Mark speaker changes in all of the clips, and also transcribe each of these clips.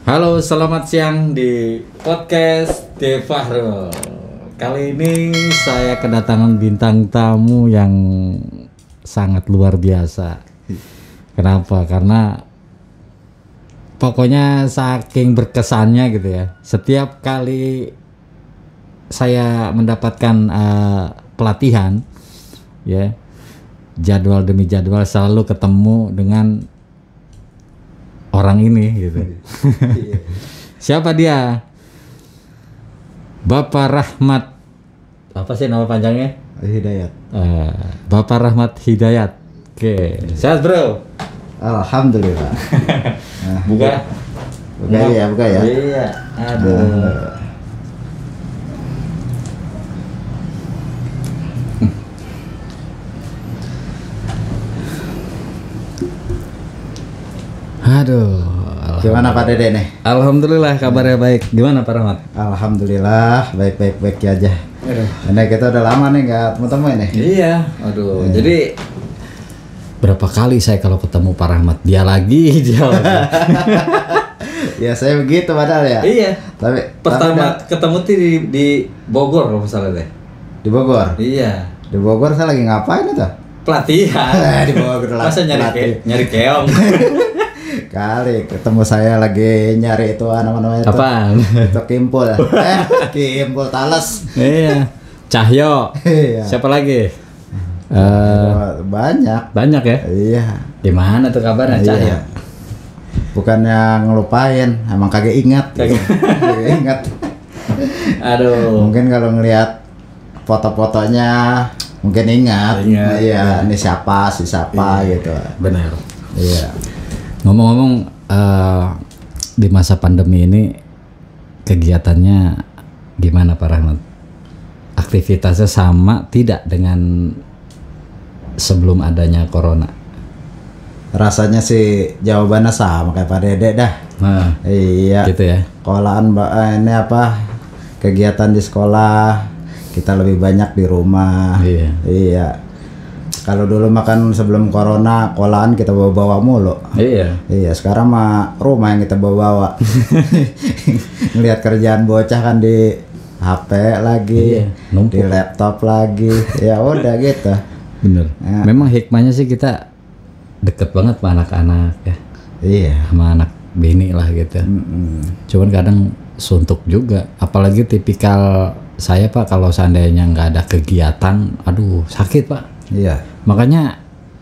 Speaker 1: Halo, selamat siang di podcast De Fahrul. Kali ini saya kedatangan bintang tamu yang sangat luar biasa. Kenapa? Karena pokoknya saking berkesannya gitu ya. Setiap kali saya mendapatkan pelatihan, ya, jadwal demi jadwal selalu ketemu dengan orang ini gitu. Siapa dia? Bapak Rahmat. Apa sih nama panjangnya?
Speaker 2: Hidayat.
Speaker 1: Bapak Rahmat Hidayat. Oke. Sehat, Bro?
Speaker 2: Alhamdulillah.
Speaker 1: Buka
Speaker 2: ya.
Speaker 1: Iya. Aduh. Aduh.
Speaker 2: Gimana Pak Dede nih?
Speaker 1: Alhamdulillah kabarnya baik. Gimana Pak Rahmat?
Speaker 2: Alhamdulillah baik aja. Ini kita udah lama nih nggak ketemu ini.
Speaker 1: Iya. Aduh. Jadi berapa kali saya kalau ketemu Pak Rahmat dia lagi.
Speaker 2: Ya saya begitu padahal ya.
Speaker 1: Iya.
Speaker 2: Tapi
Speaker 1: pertama ketemu tuh di Bogor kalau misalnya deh.
Speaker 2: Di Bogor.
Speaker 1: Iya.
Speaker 2: Di Bogor saya lagi ngapain itu?
Speaker 1: Pelatihan.
Speaker 2: Di Bogor lah.
Speaker 1: Masa nyari keong.
Speaker 2: Kali ketemu saya lagi nyari itu namanya itu.
Speaker 1: Apaan?
Speaker 2: Itu Kimpul. Kimpul Tales.
Speaker 1: Iya. Cahyo.
Speaker 2: Iya.
Speaker 1: Siapa lagi?
Speaker 2: Banyak
Speaker 1: ya?
Speaker 2: Iya.
Speaker 1: Gimana tuh kabarnya Cahyo?
Speaker 2: Bukannya ngelupain, emang kagak ingat. Kagak ingat.
Speaker 1: Aduh.
Speaker 2: Mungkin kalau ngelihat foto-fotonya mungkin ingat. Iya, ini siapa gitu.
Speaker 1: Benar.
Speaker 2: Iya.
Speaker 1: Ngomong-ngomong di masa pandemi ini kegiatannya gimana Pak Rahmat? Aktivitasnya sama tidak dengan sebelum adanya corona?
Speaker 2: Rasanya sih jawabannya sama kayak Pak Dede dah.
Speaker 1: Nah,
Speaker 2: iya.
Speaker 1: Gitu ya.
Speaker 2: Sekolahan ini apa? Kegiatan di sekolah kita lebih banyak di rumah. Iya. Kalau dulu makan sebelum corona, sekolahan kita bawa mulu. Iya. Sekarang mah rumah yang kita bawa. Ngelihat kerjaan bocah kan di HP lagi, di laptop lagi. Ya udah gitu.
Speaker 1: Bener. Ya. Memang hikmahnya sih kita deket banget sama anak-anak ya.
Speaker 2: Iya.
Speaker 1: Sama anak bini lah gitu. Cuman kadang suntuk juga. Apalagi tipikal saya Pak, kalau seandainya nggak ada kegiatan, aduh sakit Pak.
Speaker 2: Iya.
Speaker 1: Makanya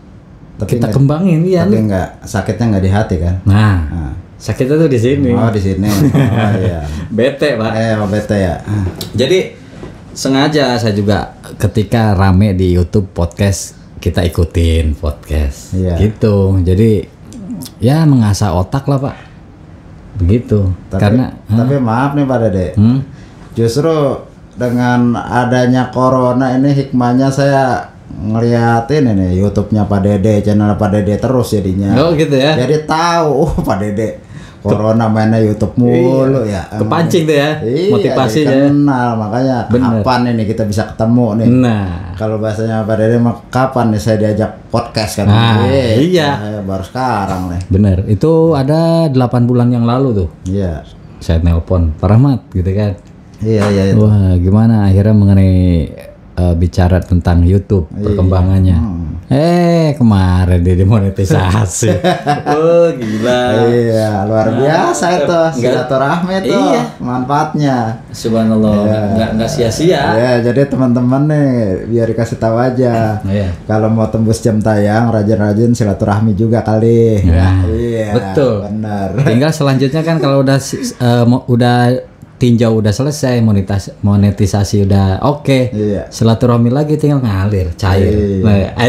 Speaker 1: kita kembangin ya.
Speaker 2: Tapi sakitnya nggak di hati kan?
Speaker 1: Nah. Sakitnya tuh di sini.
Speaker 2: Oh di sini. Oh iya.
Speaker 1: Bete Pak.
Speaker 2: Bete ya.
Speaker 1: Jadi sengaja saya juga ketika rame di YouTube podcast, kita ikutin podcast.
Speaker 2: Iya.
Speaker 1: Gitu. Jadi ya mengasah otak lah Pak. Begitu. Tapi
Speaker 2: maaf nih Pak Dede. Justru dengan adanya corona ini hikmahnya saya ngeliatin ini YouTube-nya Pak Dede, channel Pak Dede terus jadinya.
Speaker 1: Oh gitu ya.
Speaker 2: Jadi tahu Pak Dede corona mainnya YouTube mulu ya.
Speaker 1: Kepancing tuh ya. Motivasinya.
Speaker 2: Kenal makanya kapan ini kita bisa ketemu nih.
Speaker 1: Nah.
Speaker 2: Kalau bahasanya Pak Dede mah kapan nih saya diajak podcast kan.
Speaker 1: Iya.
Speaker 2: Baru sekarang nih.
Speaker 1: Bener. Itu ada 8 bulan yang lalu tuh.
Speaker 2: Iya.
Speaker 1: Saya nelpon Pak Rahmat gitu kan.
Speaker 2: Iya itu.
Speaker 1: Wah, gimana akhirnya mengenai bicara tentang YouTube perkembangannya. Kemarin dia demonetisasi. Oh gila.
Speaker 2: Iya, luar biasa itu silaturahmi itu manfaatnya.
Speaker 1: Subhanallah, nggak sia-sia.
Speaker 2: Ya, jadi teman-teman nih biar dikasih tahu aja. Kalau mau tembus jam tayang, rajin-rajin silaturahmi juga kali.
Speaker 1: Iya, betul.
Speaker 2: Benar.
Speaker 1: Tinggal selanjutnya kan kalau udah tinjau udah selesai, monetisasi udah oke.
Speaker 2: Iya.
Speaker 1: Silaturahmi lagi tinggal ngalir, cair.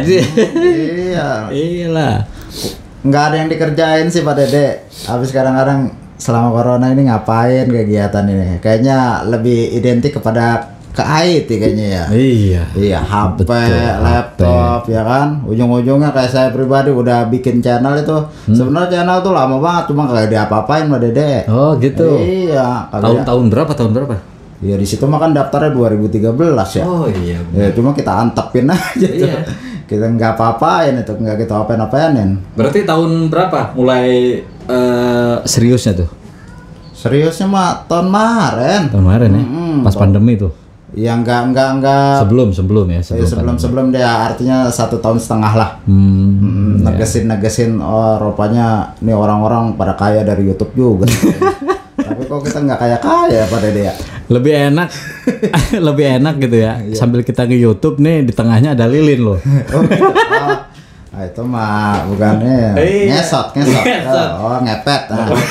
Speaker 2: Iya.
Speaker 1: Iyalah.
Speaker 2: Nggak ada yang dikerjain sih Pak Dede. Habis kadang-kadang selama corona ini ngapain kegiatan ini? Kayaknya lebih identik kepada ke IT kayaknya ya. Iya, HP, laptop ya kan. Ujung-ujungnya kayak saya pribadi udah bikin channel itu. Sebenarnya channel tuh lama banget cuma kagak diapa-apain Pak Dede.
Speaker 1: Oh, gitu.
Speaker 2: Iya,
Speaker 1: tahun berapa?
Speaker 2: Ya di situ mah kan daftarnya 2013 ya.
Speaker 1: Oh iya.
Speaker 2: Ya cuma kita antepin aja tuh. Kita nggak apa-apain itu, nggak kita apain-apainin.
Speaker 1: Berarti tahun berapa mulai seriusnya tuh?
Speaker 2: Seriusnya mah tahun kemarin.
Speaker 1: Tahun kemarin ya? Pas pandemi tuh?
Speaker 2: Ya enggak.
Speaker 1: Sebelum ya?
Speaker 2: Sebelum dia, artinya 1,5 tahun lah. Negesin, oh rupanya nih orang-orang pada kaya dari YouTube juga. Tapi kok kita nggak kaya pada dia.
Speaker 1: Lebih enak gitu ya. Sambil kita ke YouTube nih, di tengahnya ada lilin loh.
Speaker 2: Oh, gitu. Ah, itu mah bukannya ngesot. Oh, ngepet.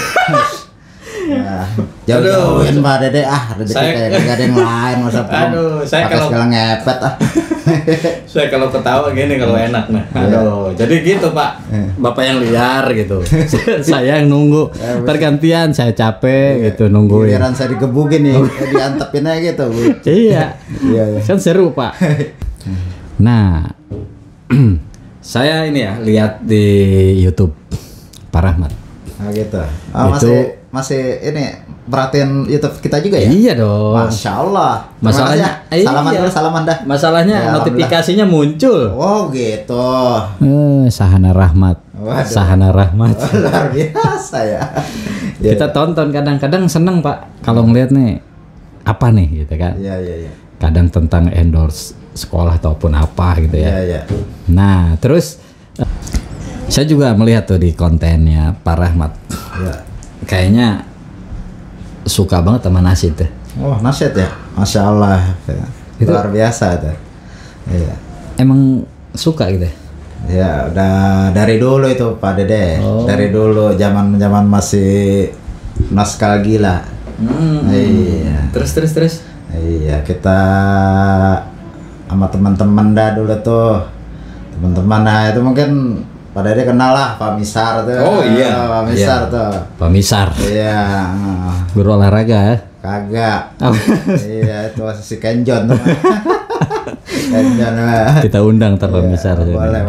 Speaker 2: Ya, jauhin Pak Dede rezeki kayak gak ada yang lain masa
Speaker 1: saya kalau
Speaker 2: segala ngepet
Speaker 1: saya kalau ketawa gini kalau enak nah. Jadi gitu Pak. Bapak yang liar gitu. Saya yang nunggu. Tergantian saya capek gitu nungguin.
Speaker 2: Giliran saya digebukin nih, diantepin aja gitu.
Speaker 1: Iya. Kan seru Pak. Nah, saya ini ya lihat di YouTube Pak Rahmat.
Speaker 2: Nah gitu. Masih ini perhatiin YouTube kita juga ya?
Speaker 1: Iya dong.
Speaker 2: Masya Allah.
Speaker 1: Masalahnya
Speaker 2: salaman dah.
Speaker 1: Masalahnya ya, notifikasinya muncul.
Speaker 2: Oh gitu.
Speaker 1: Sahana Rahmat.
Speaker 2: Waduh.
Speaker 1: Sahana Rahmat.
Speaker 2: Luar biasa ya.
Speaker 1: Kita tonton kadang-kadang seneng Pak kalau ngeliat nih apa nih gitu kan.
Speaker 2: Iya.
Speaker 1: Kadang tentang endorse sekolah ataupun apa gitu ya.
Speaker 2: Iya.
Speaker 1: Nah terus saya juga melihat tuh di kontennya Pak Rahmat.
Speaker 2: Iya.
Speaker 1: Kayaknya suka banget sama Nasid tuh.
Speaker 2: Oh Nasid ya, Masya Allah.
Speaker 1: Itu
Speaker 2: luar biasa tuh. Iya.
Speaker 1: Emang suka gitu?
Speaker 2: Ya udah dari dulu itu Pak Dede. Dari dulu zaman masih nostalgia lah. Iya.
Speaker 1: Terus.
Speaker 2: Iya kita sama teman-teman dah dulu tuh. Teman-teman, nah itu mungkin Pak Dede kenal lah Pak Misar tuh.
Speaker 1: Oh iya.
Speaker 2: Pak Misar tuh.
Speaker 1: Pak Misar.
Speaker 2: Iya.
Speaker 1: Guru olahraga ya?
Speaker 2: Kagak. Iya itu si Kenjon tuh. Kenjon.
Speaker 1: Kita undang ntar Pak Misar.
Speaker 2: Boleh.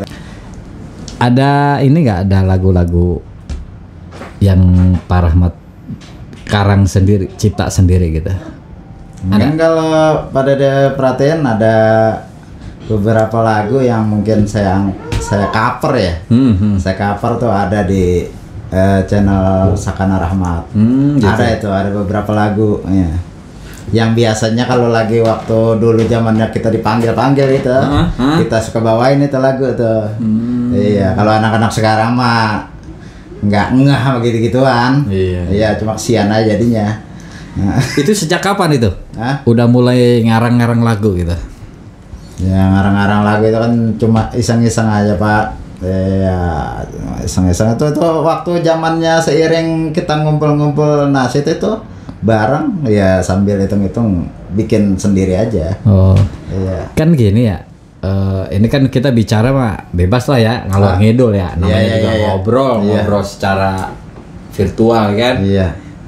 Speaker 1: Ada ini nggak ada lagu-lagu yang Pak Rahmat karang sendiri, cipta sendiri gitu?
Speaker 2: Mungkin kalau Pak Dede perhatiin ada beberapa lagu yang mungkin saya cover ya. Saya cover tuh ada di channel Sakana Rahmat. Gitu. Ada beberapa lagu ya. Yang biasanya kalau lagi waktu dulu zamannya kita dipanggil itu, kita suka bawain itu lagu tuh. Iya, kalau anak-anak sekarang mah nggak ngeh begitu-gituan. Iya, cuma kesian aja jadinya.
Speaker 1: Itu sejak kapan itu?
Speaker 2: Hah?
Speaker 1: Udah mulai ngarang-ngarang lagu gitu?
Speaker 2: Ya ngarang-ngarang lagu itu kan cuma iseng-iseng aja Pak. Ya iseng-iseng itu waktu zamannya seiring kita ngumpul-ngumpul Nasid itu bareng ya sambil hitung-hitung bikin sendiri aja. Oh. Iya.
Speaker 1: Kan gini ya. Ini kan kita bicara mah bebas lah ya ngalor ngidul ya. Namanya juga ngobrol secara virtual kan.
Speaker 2: Iya.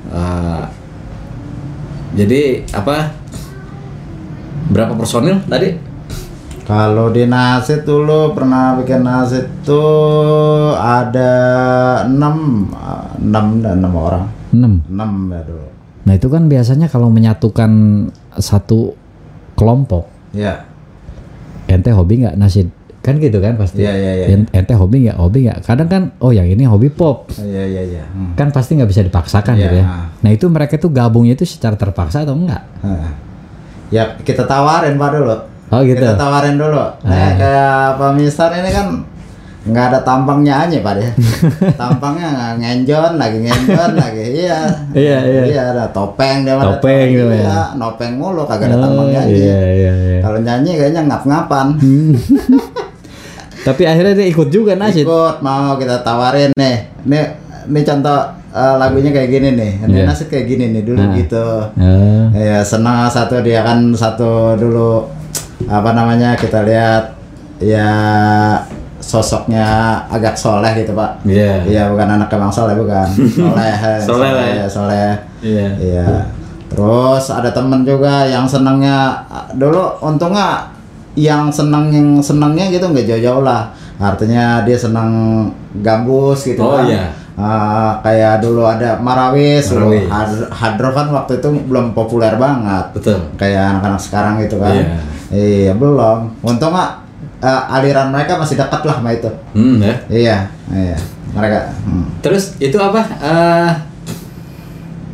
Speaker 1: Jadi apa? Berapa personil tadi?
Speaker 2: Kalau di Nasid dulu pernah bikin Nasid tuh ada 6 orang. 6 ya dulu.
Speaker 1: Nah itu kan biasanya kalau menyatukan satu kelompok.
Speaker 2: Iya.
Speaker 1: Ente hobi nggak Nasid? Kan gitu kan pasti.
Speaker 2: Iya.
Speaker 1: Ente hobi nggak? Kadang kan yang ini hobi pop.
Speaker 2: Iya.
Speaker 1: Kan pasti nggak bisa dipaksakan gitu ya. Nah itu mereka tuh gabungnya itu secara terpaksa atau enggak?
Speaker 2: Ya kita tawarin Pak dulu.
Speaker 1: Oh gitu.
Speaker 2: Kita tawarin dulu. Nah, kayak Pak Misar ini kan nggak ada tampangnya aja Pak ya. Tampangnya ngenjon lagi. Iya. Iya ada topeng dia.
Speaker 1: Topeng gitu
Speaker 2: ya. Nopeng mulu kagak ada tampangnya aja.
Speaker 1: Iya.
Speaker 2: Kalau nyanyi kayaknya ngap-ngapan.
Speaker 1: Tapi akhirnya dia ikut juga Nasid.
Speaker 2: Ikut mau kita tawarin nih. Nih contoh lagunya kayak gini nih. Nasid kayak gini nih dulu gitu. Ya senang dia kan satu dulu apa namanya kita lihat ya sosoknya agak soleh gitu Pak. Iya bukan anak Bang Soleh bukan. Soleh. Iya. Terus ada temen juga yang senangnya dulu untungnya yang senangnya gitu nggak jauh-jauh lah. Artinya dia senang gambus gitu kan. Kayak dulu ada Marawis. Hadro kan waktu itu belum populer banget. Betul. Kayak anak-anak sekarang gitu kan. Iya belum. Untungnya aliran mereka masih dekat lah sama itu. Iya. Mereka.
Speaker 1: Terus itu apa?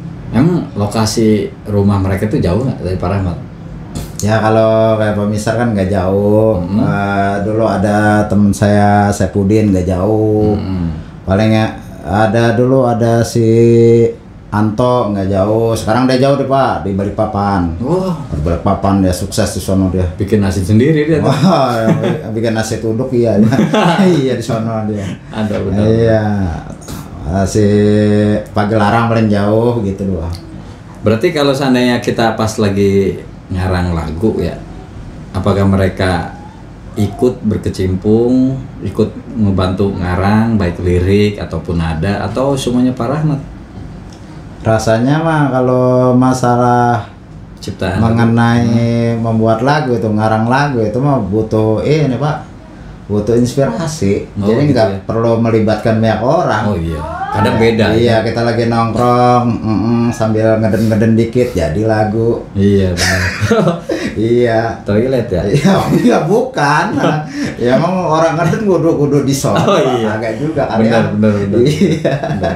Speaker 1: lokasi rumah mereka itu jauh nggak dari Pak Rahmat?
Speaker 2: Ya kalau kayak pemisah kan nggak jauh. Dulu ada temen saya Saipudin nggak jauh. Paling ya ada si Anto nggak jauh. Sekarang dia jauh deh Pak, di Balikpapan. Di Balikpapan dia sukses di sono dia.
Speaker 1: Bikin nasi sendiri dia.
Speaker 2: Bikin nasi tuduk iya. Iya di sono dia.
Speaker 1: Ada benar.
Speaker 2: Iya. Si Pagelarang paling jauh gitu doang.
Speaker 1: Berarti kalau seandainya kita pas lagi ngarang lagu ya, apakah mereka ikut berkecimpung, ikut membantu ngarang baik lirik ataupun nada, atau semuanya Pak Rahmat?
Speaker 2: Rasanya mah kalau masalah
Speaker 1: ciptaan
Speaker 2: mengenai membuat lagu itu, ngarang lagu itu mah butuh ini Pak, butuh inspirasi. Jadi
Speaker 1: gitu
Speaker 2: nggak
Speaker 1: ya?
Speaker 2: perlu melibatkan banyak orang.
Speaker 1: Oh iya, kadang beda.
Speaker 2: Iya, kita lagi nongkrong sambil ngeden-ngeden dikit jadi lagu.
Speaker 1: Iya benar.
Speaker 2: Iya.
Speaker 1: Toilet ya?
Speaker 2: Iya bukan. Ya emang orang ngeden kudu di sono.
Speaker 1: Oh iya.
Speaker 2: Agak juga kan
Speaker 1: benar.
Speaker 2: Iya.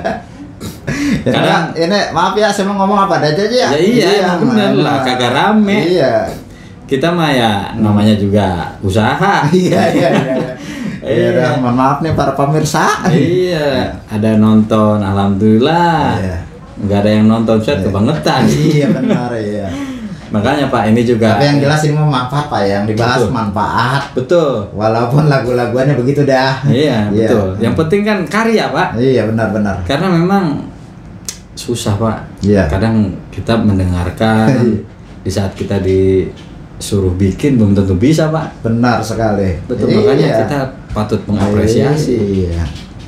Speaker 2: Kadang ini maaf ya, saya mau ngomong apa aja ya.
Speaker 1: Ya iya, benar lah, kagak rame.
Speaker 2: Iya.
Speaker 1: Kita mah ya namanya juga usaha.
Speaker 2: Iya. Iya, mohon maaf nih para pemirsa.
Speaker 1: Iya, ada nonton, alhamdulillah.
Speaker 2: Iya.
Speaker 1: Nggak ada yang nonton, saya kebangetan.
Speaker 2: Iya benar ya.
Speaker 1: Makanya Pak ini juga.
Speaker 2: Tapi yang jelas ini mau manfaat Pak, yang dibahas
Speaker 1: Betul.
Speaker 2: Manfaat.
Speaker 1: Betul.
Speaker 2: Walaupun lagu-laguannya begitu dah.
Speaker 1: Iya, betul. Yang penting kan karya Pak.
Speaker 2: Iya benar.
Speaker 1: Karena memang susah Pak.
Speaker 2: Iya.
Speaker 1: Kadang kita mendengarkan di saat kita disuruh bikin belum tentu bisa Pak.
Speaker 2: Benar sekali.
Speaker 1: Betul, makanya kita patut mengapresiasi.
Speaker 2: Iya.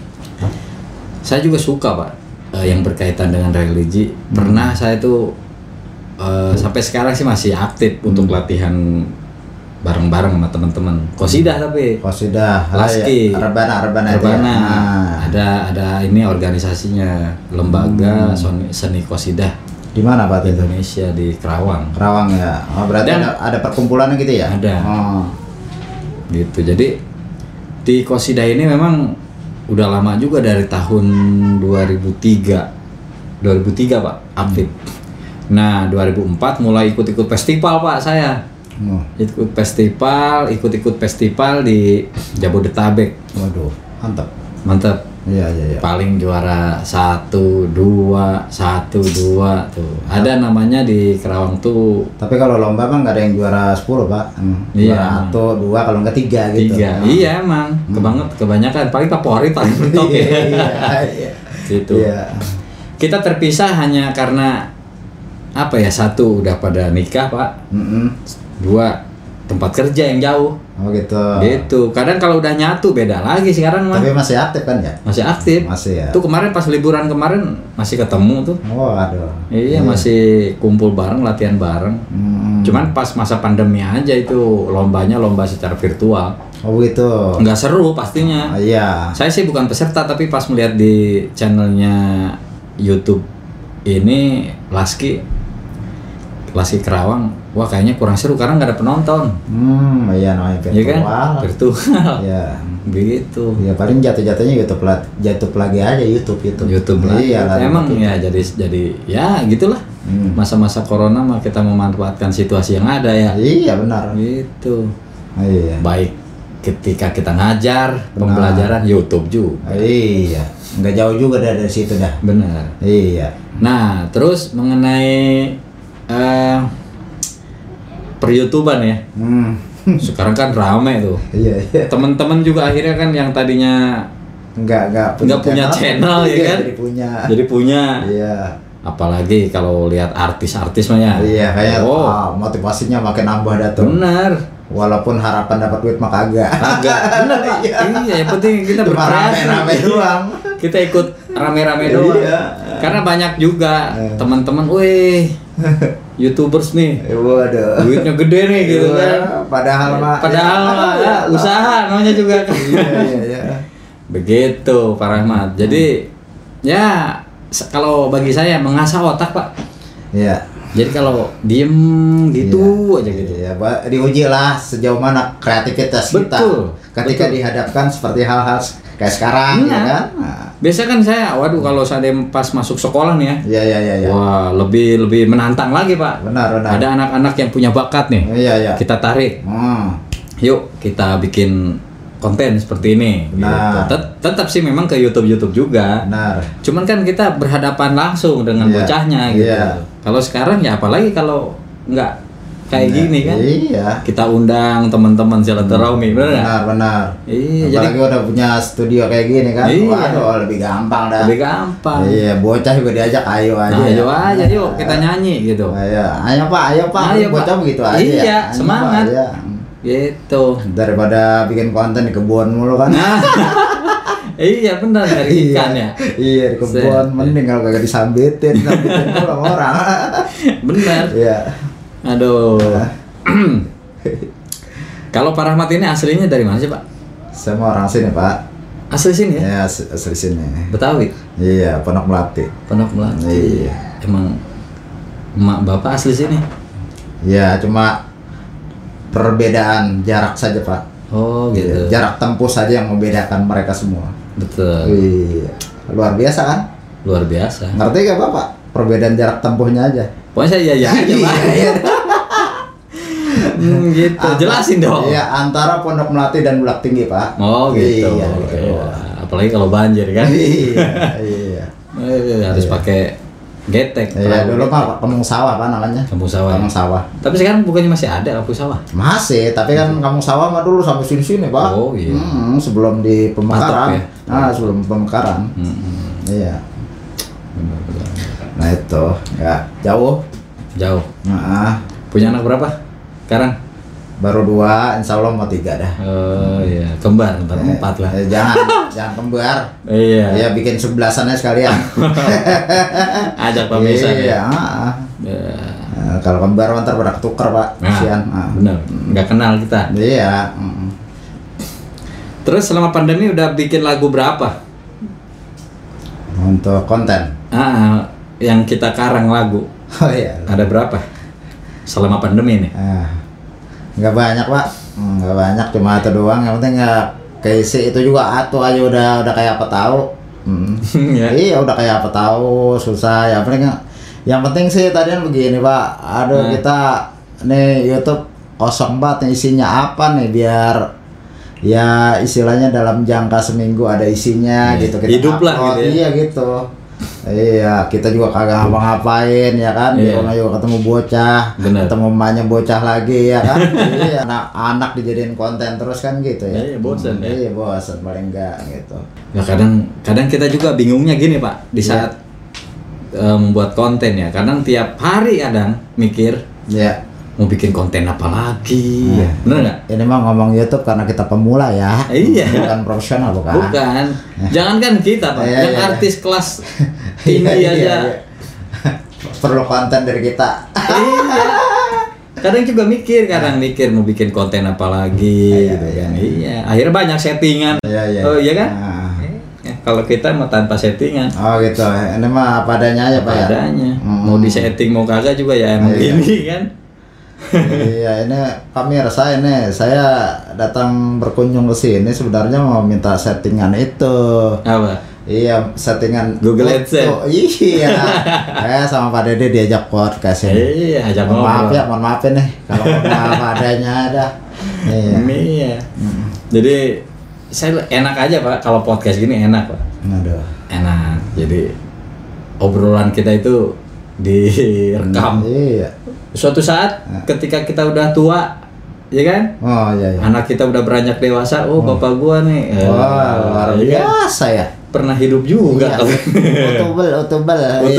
Speaker 1: Saya juga suka Pak yang berkaitan dengan religi. Pernah saya tuh sampai sekarang sih masih aktif untuk latihan bareng-bareng sama teman-teman. Qosidah tapi.
Speaker 2: Qosidah.
Speaker 1: Laski.
Speaker 2: Rebana.
Speaker 1: Ada ini organisasinya, lembaga seni qosidah.
Speaker 2: Di mana Pak itu?
Speaker 1: Indonesia di Kerawang.
Speaker 2: Kerawang ya. Oh, berarti ada perkumpulan gitu ya?
Speaker 1: Ada.
Speaker 2: Oh.
Speaker 1: Gitu. Jadi di qosidah ini memang udah lama juga dari tahun 2003 Pak aktif. Nah 2004 mulai ikut-ikut festival Pak saya. Ikut festival di Jabodetabek.
Speaker 2: Waduh,
Speaker 1: mantap.
Speaker 2: Iya.
Speaker 1: Paling juara 1, 2 tuh. Ada namanya di Kerawang tuh.
Speaker 2: Tapi kalau lomba mah nggak ada yang juara 10 Pak.
Speaker 1: Iya.
Speaker 2: Juara 1, 2 kalau nggak 3 gitu.
Speaker 1: 3. Iya emang. Kebanyakan paling favorit paling mentok ya.
Speaker 2: Iya.
Speaker 1: Gitu.
Speaker 2: Iya.
Speaker 1: Kita terpisah hanya karena apa ya, 1 udah pada nikah Pak. 2 tempat kerja yang jauh.
Speaker 2: Oh gitu.
Speaker 1: Gitu. Kadang kalau udah nyatu beda lagi sekarang mah.
Speaker 2: Tapi masih aktif kan ya?
Speaker 1: Masih aktif.
Speaker 2: Masih ya.
Speaker 1: Tuh kemarin pas liburan kemarin masih ketemu tuh.
Speaker 2: Oh aduh.
Speaker 1: Iya, masih kumpul bareng, latihan bareng. Cuman pas masa pandemi aja itu lomba secara virtual.
Speaker 2: Oh gitu.
Speaker 1: Nggak seru pastinya.
Speaker 2: Iya.
Speaker 1: Saya sih bukan peserta tapi pas melihat di channelnya YouTube ini Laski Kerawang, wah kayaknya kurang seru karena nggak ada penonton.
Speaker 2: Iya namanya virtual.
Speaker 1: Iya kan? Virtual.
Speaker 2: Iya.
Speaker 1: Begitu.
Speaker 2: Ya paling jatuh-jatuhnya YouTube lagi aja YouTube
Speaker 1: lagi.
Speaker 2: Iya,
Speaker 1: emang ya jadi ya gitulah. Masa-masa corona mah kita memanfaatkan situasi yang ada ya.
Speaker 2: Iya benar.
Speaker 1: Gitu.
Speaker 2: Iya.
Speaker 1: Baik ketika kita ngajar, pembelajaran YouTube juga.
Speaker 2: Iya. Nggak jauh juga dari situ dah.
Speaker 1: Benar.
Speaker 2: Iya.
Speaker 1: Nah, terus mengenai per-YouTubean ya. Sekarang kan rame tuh.
Speaker 2: Iya.
Speaker 1: Teman-teman juga akhirnya kan yang tadinya
Speaker 2: nggak
Speaker 1: punya channel ya kan. Jadi punya.
Speaker 2: Iya.
Speaker 1: Apalagi kalau lihat artis-artis mah ya.
Speaker 2: Iya, kayak motivasinya makin nambah dah tuh.
Speaker 1: Benar.
Speaker 2: Walaupun harapan dapat duit mah kagak.
Speaker 1: Benar. Iya, yang penting kita berkreasi.
Speaker 2: Rame-rame doang.
Speaker 1: Kita ikut rame-rame doang.
Speaker 2: Iya.
Speaker 1: Karena banyak juga teman-teman, weh, YouTubers nih.
Speaker 2: Waduh.
Speaker 1: Duitnya gede nih gitu kan.
Speaker 2: Padahal
Speaker 1: ya, usaha namanya juga kan.
Speaker 2: Iya.
Speaker 1: Begitu Pak Rahmat. Jadi ya kalau bagi saya mengasah otak Pak.
Speaker 2: Iya.
Speaker 1: Jadi kalau diem gitu aja gitu.
Speaker 2: Iya, diuji lah sejauh mana kreativitas kita.
Speaker 1: Betul.
Speaker 2: Ketika dihadapkan seperti hal-hal kayak sekarang ya kan.
Speaker 1: Biasa kan saya, waduh kalau saya pas masuk sekolah nih ya.
Speaker 2: Iya.
Speaker 1: Wah, lebih menantang lagi, Pak.
Speaker 2: Benar.
Speaker 1: Ada anak-anak yang punya bakat nih.
Speaker 2: Iya.
Speaker 1: Kita tarik. Yuk, kita bikin konten seperti ini.
Speaker 2: Nah.
Speaker 1: Gitu. Tetap sih memang ke YouTube juga.
Speaker 2: Benar.
Speaker 1: Cuman kan kita berhadapan langsung dengan bocahnya gitu. Kalau sekarang ya apalagi kalau nggak kayak gini kan.
Speaker 2: Iya.
Speaker 1: Kita undang teman-teman silaturahmi,
Speaker 2: benar.
Speaker 1: Iya,
Speaker 2: apalagi udah punya studio kayak gini kan. Waduh, lebih gampang dah.
Speaker 1: Lebih gampang.
Speaker 2: Iya, bocah juga diajak ayo aja.
Speaker 1: Ayo aja, yuk kita nyanyi gitu.
Speaker 2: Ayo Pak. Bocah begitu aja.
Speaker 1: Iya, semangat. Gitu.
Speaker 2: Daripada bikin konten di kebun mulu kan.
Speaker 1: Iya benar, dari ikan ya.
Speaker 2: Iya, di kebun mending kalau kagak disambitin mulu sama orang.
Speaker 1: Benar.
Speaker 2: Iya.
Speaker 1: Aduh. Kalau Pak Rahmat ini aslinya dari mana sih, Pak?
Speaker 2: Saya mau orang sini, Pak.
Speaker 1: Asli sini ya?
Speaker 2: Iya, asli sini.
Speaker 1: Betawi.
Speaker 2: Iya, Pondok Melati. Iya.
Speaker 1: Emang emak bapak asli sini?
Speaker 2: Iya, cuma perbedaan jarak saja, Pak.
Speaker 1: Oh gitu.
Speaker 2: Iya, jarak tempuh saja yang membedakan mereka semua.
Speaker 1: Betul.
Speaker 2: Iya. Luar biasa kan?
Speaker 1: Luar biasa.
Speaker 2: Ngerti gak Bapak? Perbedaan jarak tempuhnya aja.
Speaker 1: Pokoknya saya iya aja, Pak. Gitu. Jelasin dong.
Speaker 2: Iya, antara Pondok Melati dan Bulak Tinggi, Pak.
Speaker 1: Oh gitu.
Speaker 2: Iya.
Speaker 1: Apalagi kalau banjir kan.
Speaker 2: Iya.
Speaker 1: Harus pakai getek.
Speaker 2: Iya, dulu Pak kampung sawah Pak namanya.
Speaker 1: Kampung sawah.
Speaker 2: Kampung sawah.
Speaker 1: Tapi sekarang bukannya masih ada kampung sawah?
Speaker 2: Masih, tapi kan kampung sawah mah dulu sampai sini-sini, Pak.
Speaker 1: Oh iya.
Speaker 2: Sebelum di pemekaran.
Speaker 1: Ya?
Speaker 2: Sebelum pemekaran. Iya.
Speaker 1: Benar.
Speaker 2: Nah itu, ya jauh.
Speaker 1: Punya anak berapa sekarang?
Speaker 2: Baru 2, insya Allah mau 3 dah.
Speaker 1: Oh iya, kembar, ntar 4 lah.
Speaker 2: Jangan kembar.
Speaker 1: Iya.
Speaker 2: Iya, bikin 11-annya sekalian.
Speaker 1: Ajak pemisahan.
Speaker 2: Iya. Nah, kalau kembar ntar pada ketukar, Pak. Kasihan.
Speaker 1: Benar. Nggak kenal kita.
Speaker 2: Iya.
Speaker 1: Terus selama pandemi udah bikin lagu berapa?
Speaker 2: Untuk konten.
Speaker 1: Yang kita karang lagu.
Speaker 2: Oh iya.
Speaker 1: Ada berapa? Selama pandemi nih?
Speaker 2: Nggak banyak, Pak. Nggak banyak, cuma itu doang. Yang penting nggak keisi itu juga atuh aja udah kayak apa tahu. Iya, udah kayak apa tahu, susah. Yang penting sih tadian begini, Pak. Aduh, kita nih YouTube kosong banget nih, isinya apa nih biar ya istilahnya dalam jangka seminggu ada isinya gitu. Kita
Speaker 1: hidup lah gitu ya.
Speaker 2: Iya gitu. Iya, kita juga kagak ngapa-ngapain ya kan. Di rumah juga ketemu bocah, ketemu emaknya bocah lagi ya kan. Iya, anak dijadiin konten terus kan gitu ya.
Speaker 1: Iya, bosan ya.
Speaker 2: Iya, bosan paling enggak gitu.
Speaker 1: Ya kadang kita juga bingungnya gini, Pak, di saat membuat konten ya. Kadang tiap hari kadang mikir, mau bikin konten apa lagi? Bener nggak?
Speaker 2: Ini mah ngomong YouTube karena kita pemula ya.
Speaker 1: Iya.
Speaker 2: Bukan profesional, bukan.
Speaker 1: Bukan. Jangankan kita, Pak. Yang artis kelas tinggi aja.
Speaker 2: Perlu konten dari kita.
Speaker 1: Iya. Kadang juga mikir, mau bikin konten apa lagi gitu kan. Iya. Akhirnya banyak settingan. Oh iya kan? Kalau kita mau tanpa settingan.
Speaker 2: Oh gitu. Ini mah apa adanya aja, Pak ya.
Speaker 1: Adanya. Mau disetting mau kagak juga ya emang gini kan.
Speaker 2: Iya, ini pemirsa, ini saya datang berkunjung ke sini sebenarnya mau minta settingan itu.
Speaker 1: Apa?
Speaker 2: Iya, settingan
Speaker 1: Google AdSense.
Speaker 2: Iya. Sama Pak Dede diajak podcast ini.
Speaker 1: Iya, ajak
Speaker 2: mohon maaf ya nih kalau apa adanya ada.
Speaker 1: Iya. Jadi saya enak aja, Pak, kalau podcast gini enak, Pak.
Speaker 2: Aduh.
Speaker 1: Enak. Jadi obrolan kita itu direkam.
Speaker 2: Iya.
Speaker 1: Suatu saat ketika kita udah tua, ya kan?
Speaker 2: Oh iya.
Speaker 1: Anak kita udah beranjak dewasa, bapak gua nih.
Speaker 2: Wah, luar biasa ya.
Speaker 1: Pernah hidup juga.
Speaker 2: Utubel.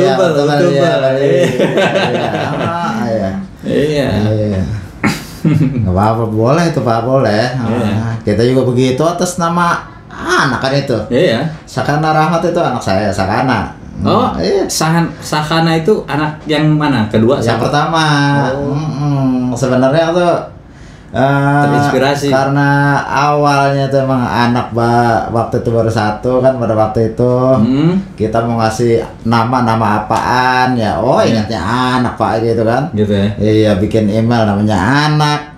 Speaker 2: Iya. Nggak apa-apa, boleh itu, Pak, boleh. Kita juga begitu atas nama anak kan itu.
Speaker 1: Iya.
Speaker 2: Sakana Rahmat itu anak saya, Sakana.
Speaker 1: Oh, iya. Sakana itu anak yang mana? Kedua?
Speaker 2: Yang pertama. Sebenarnya tuh
Speaker 1: terinspirasi
Speaker 2: karena awalnya tuh emang anak waktu itu baru 1 kan, pada waktu itu kita mau ngasih nama apaan ya. Ingatnya anak, Pak, gitu kan.
Speaker 1: Gitu ya.
Speaker 2: Iya, bikin email namanya anak.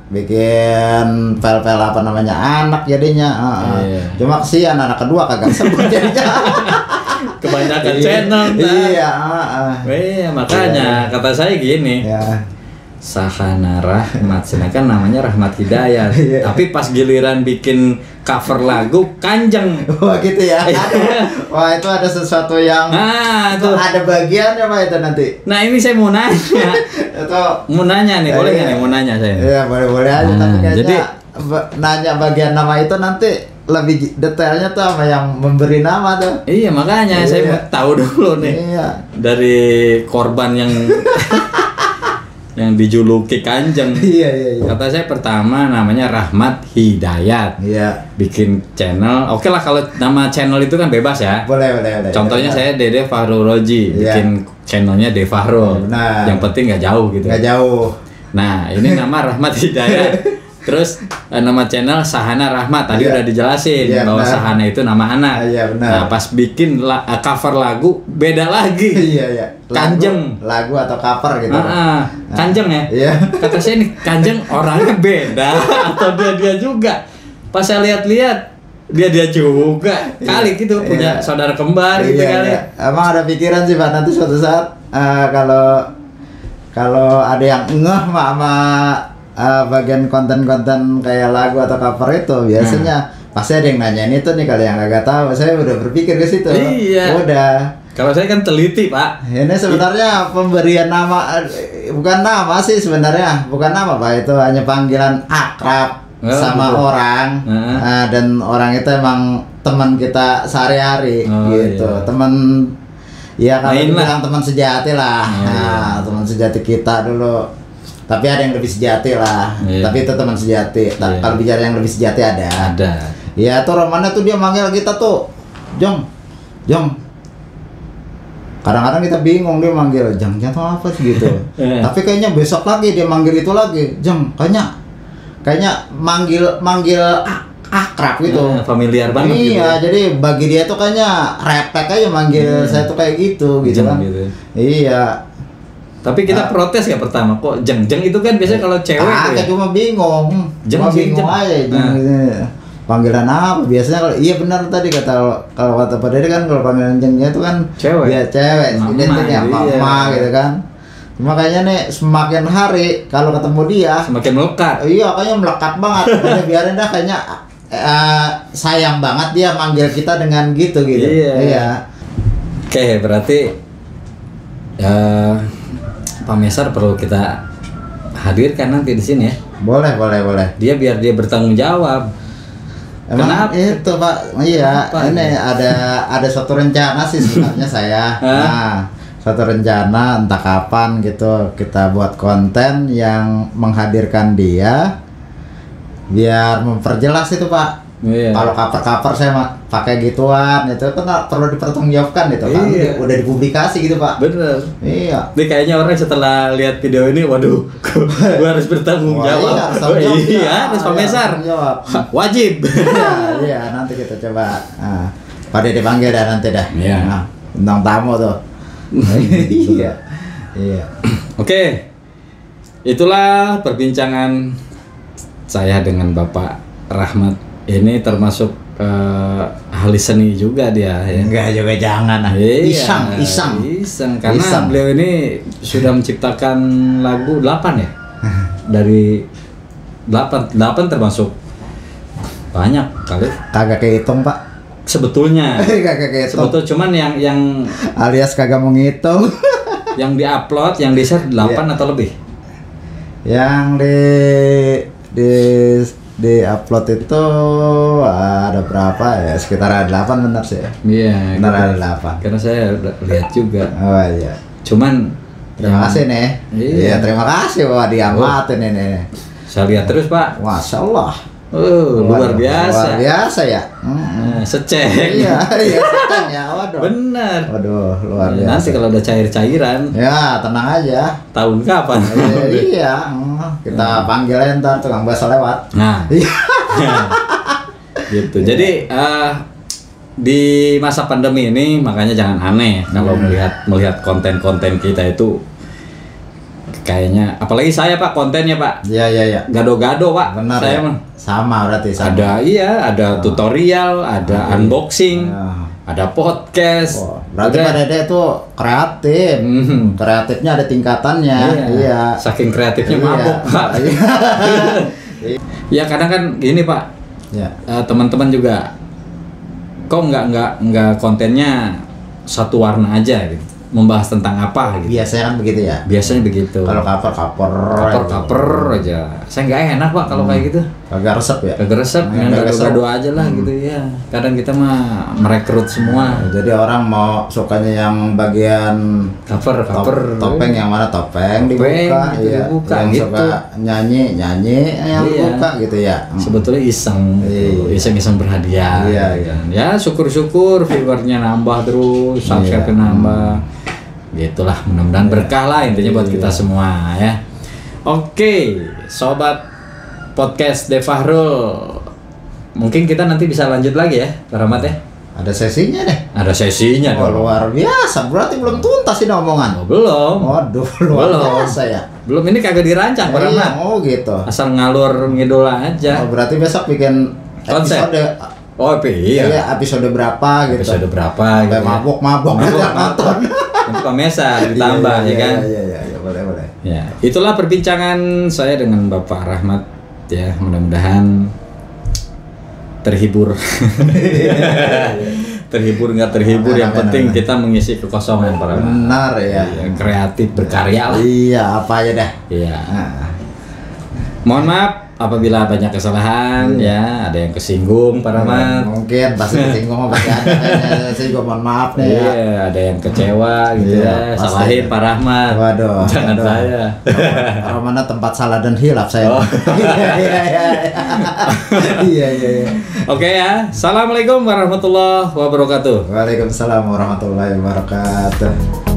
Speaker 2: bikin pel-pel apa namanya anak jadinya.
Speaker 1: Iya.
Speaker 2: Cuma kesian anak kedua kagak sebut jadinya.
Speaker 1: Kebanyakan channel.
Speaker 2: Iya.
Speaker 1: Iya, makanya kata saya gini.
Speaker 2: Ya.
Speaker 1: Sahana Rahmat, sedangkan namanya Rahmat Hidayat.
Speaker 2: Iya.
Speaker 1: Tapi pas giliran bikin cover lagu Kanjeng.
Speaker 2: Wah gitu ya. Wah itu ada sesuatu yang itu ada bagiannya Pak itu nanti.
Speaker 1: Nah ini saya mau nanya.
Speaker 2: Itu
Speaker 1: mau nanya nih, boleh nggak nih mau nanya saya?
Speaker 2: Iya boleh aja. Tapi kayaknya
Speaker 1: jadi
Speaker 2: nanya bagian nama itu nanti lebih detailnya tuh sama yang memberi nama tuh.
Speaker 1: Iya makanya saya mau tahu dulu nih.
Speaker 2: Iya.
Speaker 1: Dari korban yang yang dijuluki Kanjeng.
Speaker 2: Iya.
Speaker 1: Kata saya pertama namanya Rahmat Hidayat.
Speaker 2: Iya.
Speaker 1: Bikin channel. Oke lah kalau nama channel itu kan bebas ya.
Speaker 2: Boleh.
Speaker 1: Contohnya saya Dede Fahrul Roji bikin channelnya De Fahrul.
Speaker 2: Benar.
Speaker 1: Yang penting nggak jauh gitu.
Speaker 2: Nggak jauh.
Speaker 1: Nah ini nama Rahmat Hidayat. Terus nama channel Sahana Rahmat tadi udah dijelasin bahwa benar. Sahana itu nama anak.
Speaker 2: Iya benar.
Speaker 1: Nah pas bikin cover lagu beda lagi.
Speaker 2: Iya.
Speaker 1: Kanjeng.
Speaker 2: Lagu atau cover gitu.
Speaker 1: Kanjeng ya.
Speaker 2: Iya.
Speaker 1: Kata saya nih Kanjeng orangnya beda atau dia juga. Pas saya lihat-lihat dia juga kali gitu punya saudara kembar gitu kali.
Speaker 2: Iya. Emang ada pikiran sih Pak nanti suatu saat kalau ada yang ngeh sama bagian konten-konten kayak lagu atau cover itu biasanya pasti ada yang nanyain itu nih kalau yang nggak tahu. Saya udah berpikir ke situ.
Speaker 1: Iya.
Speaker 2: Udah.
Speaker 1: Kalau saya kan teliti Pak.
Speaker 2: Ini sebenarnya pemberian nama bukan nama sih sebenarnya bukan nama Pak, itu hanya panggilan akrab sama betul. Orang dan orang itu emang teman kita sehari-hari gitu. Iya. Teman ya kalau dibilang teman sejati lah. Teman sejati kita dulu. Tapi ada yang lebih sejati lah. Tapi itu teman sejati. Kalau bicara yang lebih sejati ada. Ya tuh romannya tuh dia manggil kita tuh Jong. Kadang-kadang kita bingung dia manggil Jang tuh apa sih gitu. Tapi kayaknya besok lagi dia manggil itu lagi Jang. Kayaknya manggil akrab gitu.
Speaker 1: Familiar banget
Speaker 2: gitu. Iya, jadi bagi dia tuh kayaknya refleks aja manggil saya tuh kayak gitu kan. Gitu. Iya.
Speaker 1: Tapi kita protes ya pertama kok jeng itu kan biasanya kalau cewek tuh ya.
Speaker 2: Cuma bingung. Cuma bingung aja panggilan apa biasanya kalau iya benar tadi kalau kata Pak Dede kan kalau panggilan jengnya itu kan
Speaker 1: cewek.
Speaker 2: Ya cewek, identiknya mama gitu kan. Cuma kayaknya nih semakin hari kalau ketemu dia
Speaker 1: semakin melekat.
Speaker 2: Iya, kayaknya melekat banget. Biarin dah kayaknya sayang banget dia manggil kita dengan gitu. Iya.
Speaker 1: Oke, berarti Pak Mesar perlu kita hadirkan nanti di sini ya.
Speaker 2: Boleh.
Speaker 1: Dia biar dia bertanggung jawab.
Speaker 2: Emang itu Pak, iya. Ini ada suatu rencana sih sebenarnya saya. Suatu rencana entah kapan gitu kita buat konten yang menghadirkan dia biar memperjelas itu Pak. Kalau cover saya pakai gituan itu kan perlu dipertanggungjawabkan gitu kan. Udah dipublikasi gitu Pak.
Speaker 1: Bener.
Speaker 2: Iya.
Speaker 1: Ini kayaknya orang setelah lihat video ini, waduh, gua harus bertanggung jawab. Harus Pak Mesar. Wajib.
Speaker 2: Iya, nanti kita coba. Pak Dede panggil dah nanti dah.
Speaker 1: Iya.
Speaker 2: Bintang tamu tuh. Iya.
Speaker 1: Oke. Itulah perbincangan saya dengan Bapak Rahmat. Ini termasuk ahli seni juga dia ya.
Speaker 2: Enggak juga jangan lah. Iseng
Speaker 1: karena beliau ini sudah menciptakan lagu 8 ya. Dari 8 termasuk banyak kali.
Speaker 2: Kagak kehitung Pak.
Speaker 1: Sebetulnya.
Speaker 2: Kagak kehitung.
Speaker 1: Sebetulnya cuman yang
Speaker 2: alias kagak mau ngitung.
Speaker 1: Yang diupload, yang di-share 8 atau lebih.
Speaker 2: Yang di upload itu ada berapa ya? Sekitar ada 8 benar sih.
Speaker 1: Iya.
Speaker 2: Benar ada 8.
Speaker 1: Karena saya lihat juga.
Speaker 2: Oh iya.
Speaker 1: Cuman
Speaker 2: terima kasih nih. Iya, terima kasih Pak diamatin ini.
Speaker 1: Saya lihat terus Pak.
Speaker 2: Masya Allah.
Speaker 1: Luar biasa.
Speaker 2: Luar biasa ya.
Speaker 1: Seceng.
Speaker 2: Iya seceng ya. Waduh.
Speaker 1: Bener.
Speaker 2: Waduh, luar biasa.
Speaker 1: Nanti kalau udah cair-cairan.
Speaker 2: Ya, tenang aja.
Speaker 1: Tahun kapan?
Speaker 2: Iya. Kita panggil ntar tukang bakso lewat.
Speaker 1: Nah. Gitu. Jadi di masa pandemi ini makanya jangan aneh kalau melihat konten-konten kita itu kayaknya apalagi saya Pak kontennya Pak.
Speaker 2: Iya.
Speaker 1: Gado-gado Pak.
Speaker 2: Benar
Speaker 1: saya
Speaker 2: ya.
Speaker 1: mah.
Speaker 2: Sama berarti sama.
Speaker 1: Ada tutorial, ada unboxing, ada podcast.
Speaker 2: Berarti Pak Dede itu kreatif. Kreatifnya ada tingkatannya. Iya.
Speaker 1: Saking kreatifnya mabuk Pak. Ya kadang kan gini Pak.
Speaker 2: Ya.
Speaker 1: Teman-teman juga kok nggak kontennya satu warna aja gitu, membahas tentang apa gitu.
Speaker 2: Biasanya kan begitu ya.
Speaker 1: Biasanya begitu.
Speaker 2: Kalau
Speaker 1: kaper aja. Saya nggak enak Pak kalau kayak gitu.
Speaker 2: Kagak resep ya.
Speaker 1: Kagak resep, yang gado-gado aja lah gitu ya. Kadang kita mah merekrut semua.
Speaker 2: Jadi orang mau sukanya yang bagian
Speaker 1: Cover.
Speaker 2: topeng yang mana topeng dibuka,
Speaker 1: gitu,
Speaker 2: iya.
Speaker 1: dibuka,
Speaker 2: yang
Speaker 1: gitu.
Speaker 2: suka nyanyi yang dibuka gitu ya.
Speaker 1: Sebetulnya iseng, iseng berhadiah.
Speaker 2: Iya.
Speaker 1: Ya syukur-syukur viewernya nambah terus, subscribe nambah. Gitulah, mudah-mudahan berkah lah intinya buat kita semua ya. Oke, sobat podcast Defahrul, mungkin kita nanti bisa lanjut lagi ya, Pak Rahmat ya.
Speaker 2: Ada sesinya deh.
Speaker 1: Ada sesinya dong.
Speaker 2: Luar biasa, berarti belum tuntas ini omongan.
Speaker 1: Belum.
Speaker 2: Waduh, luar biasa ya.
Speaker 1: Belum, ini kagak dirancang Pak Rahmat.
Speaker 2: Oh gitu.
Speaker 1: Asal ngalur ngidul aja.
Speaker 2: Oh, berarti besok bikin
Speaker 1: konsep.
Speaker 2: Iya, episode berapa gitu.
Speaker 1: Episode berapa
Speaker 2: gitu. Mabok nonton.
Speaker 1: Untuk pemirsa ditambah ya kan.
Speaker 2: Iya, boleh.
Speaker 1: Ya, itulah perbincangan saya dengan Bapak Rahmat ya, mudah-mudahan terhibur. Terhibur nggak terhibur, yang penting kita mengisi kekosongan Pak Rahmat.
Speaker 2: Benar ya.
Speaker 1: Kreatif berkarya lah.
Speaker 2: Iya, apa aja dah.
Speaker 1: Iya. Mohon maaf apabila banyak kesalahan ya, ada yang kesinggung Pak Rahmat.
Speaker 2: Mungkin pasti kesinggung, pasti ada. Saya juga mohon maaf nih ya.
Speaker 1: Iya, ada yang kecewa gitu ya. Salahin Pak Rahmat.
Speaker 2: Waduh.
Speaker 1: Jangan saya.
Speaker 2: Mana tempat salah dan hilaf saya. Iya.
Speaker 1: Oke ya. Assalamualaikum warahmatullahi wabarakatuh.
Speaker 2: Waalaikumsalam warahmatullahi wabarakatuh.